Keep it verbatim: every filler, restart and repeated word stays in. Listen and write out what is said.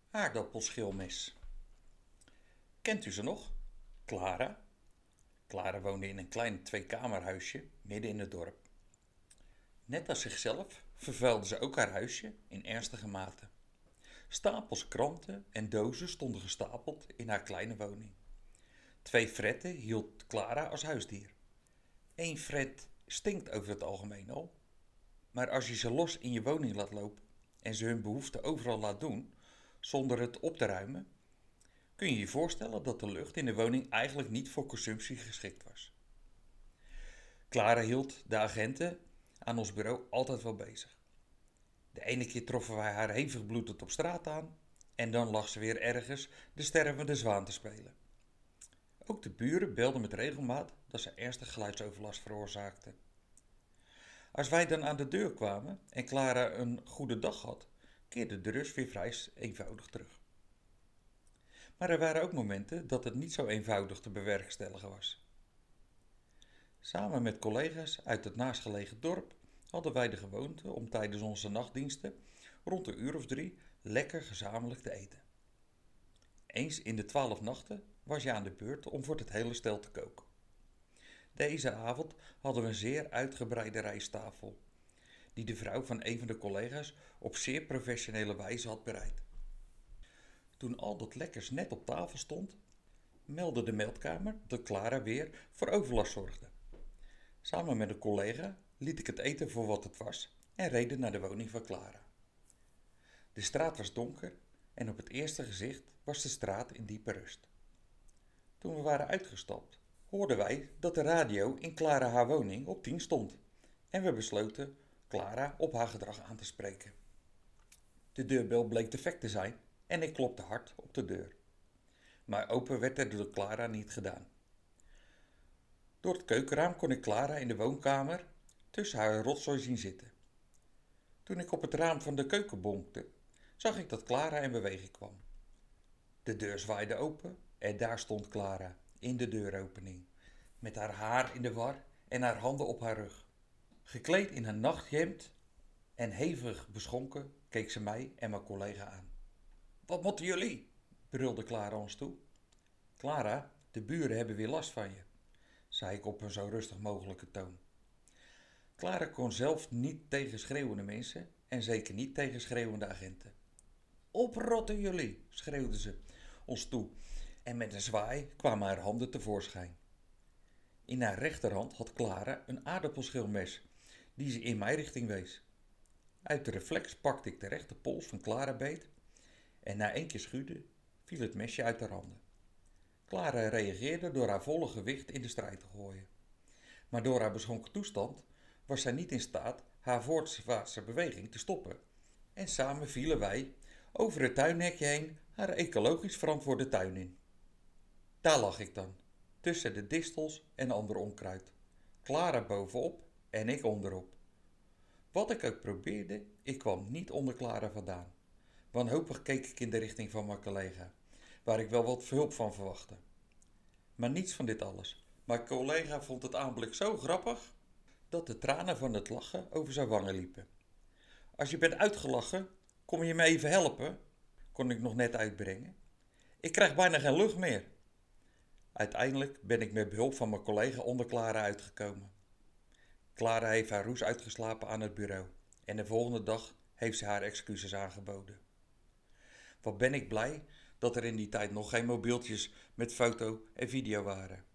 Aardappelschilmes. Kent u ze nog? Clara. Clara woonde in een klein tweekamerhuisje midden in het dorp. Net als zichzelf vervuilde ze ook haar huisje in ernstige mate. Stapels kranten en dozen stonden gestapeld in haar kleine woning. Twee fretten hield Clara als huisdier. Eén fret stinkt over het algemeen al, maar als je ze los in je woning laat lopen en ze hun behoeften overal laat doen, zonder het op te ruimen, kun je je voorstellen dat de lucht in de woning eigenlijk niet voor consumptie geschikt was. Clara hield de agenten aan ons bureau altijd wel bezig. De ene keer troffen wij haar hevig bloedend op straat aan en dan lag ze weer ergens de stervende zwaan te spelen. Ook de buren belden met regelmaat dat ze ernstig geluidsoverlast veroorzaakte. Als wij dan aan de deur kwamen en Clara een goede dag had, keerde de rust weer vrij eenvoudig terug. Maar er waren ook momenten dat het niet zo eenvoudig te bewerkstelligen was. Samen met collega's uit het naastgelegen dorp hadden wij de gewoonte om tijdens onze nachtdiensten rond een uur of drie lekker gezamenlijk te eten. Eens in de twaalf nachten was je aan de beurt om voor het hele stel te koken. Deze avond hadden we een zeer uitgebreide rijsttafel, die de vrouw van een van de collega's op zeer professionele wijze had bereid. Toen al dat lekkers net op tafel stond, meldde de meldkamer dat Clara weer voor overlast zorgde. Samen met een collega liet ik het eten voor wat het was en reden naar de woning van Clara. De straat was donker en op het eerste gezicht was de straat in diepe rust. Toen we waren uitgestapt, hoorden wij dat de radio in Clara haar woning op tien stond en we besloten Clara op haar gedrag aan te spreken. De deurbel bleek defect te zijn en ik klopte hard op de deur. Maar open werd er door Clara niet gedaan. Door het keukenraam kon ik Clara in de woonkamer tussen haar rotzooi zien zitten. Toen ik op het raam van de keuken bonkte, zag ik dat Clara in beweging kwam. De deur zwaaide open en daar stond Clara in de deuropening, met haar haar in de war en haar handen op haar rug. Gekleed in een nachthemd en hevig beschonken keek ze mij en mijn collega aan. Wat moeten jullie? Brulde Clara ons toe. Clara, de buren hebben weer last van je, zei ik op een zo rustig mogelijke toon. Clara kon zelf niet tegen schreeuwende mensen en zeker niet tegen schreeuwende agenten. Oprotten jullie, schreeuwde ze ons toe en met een zwaai kwamen haar handen tevoorschijn. In haar rechterhand had Clara een aardappelschilmes die ze in mijn richting wees. Uit de reflex pakte ik de rechterpols van Clara beet en na één keer schuurde viel het mesje uit haar handen. Clara reageerde door haar volle gewicht in de strijd te gooien. Maar door haar beschonken toestand was zij niet in staat haar voorwaartse beweging te stoppen. En samen vielen wij over het tuinhekje heen haar ecologisch verantwoorde tuin in. Daar lag ik dan, tussen de distels en ander onkruid. Clara bovenop en ik onderop. Wat ik ook probeerde, ik kwam niet onder Clara vandaan. Wanhopig keek ik in de richting van mijn collega, waar ik wel wat hulp van verwachtte. Maar niets van dit alles. Mijn collega vond het aanblik zo grappig dat de tranen van het lachen over zijn wangen liepen. Als je bent uitgelachen, kom je me even helpen? Kon ik nog net uitbrengen. Ik krijg bijna geen lucht meer. Uiteindelijk ben ik met behulp van mijn collega onder Clara uitgekomen. Clara heeft haar roes uitgeslapen aan het bureau en de volgende dag heeft ze haar excuses aangeboden. Wat ben ik blij dat er in die tijd nog geen mobieltjes met foto en video waren.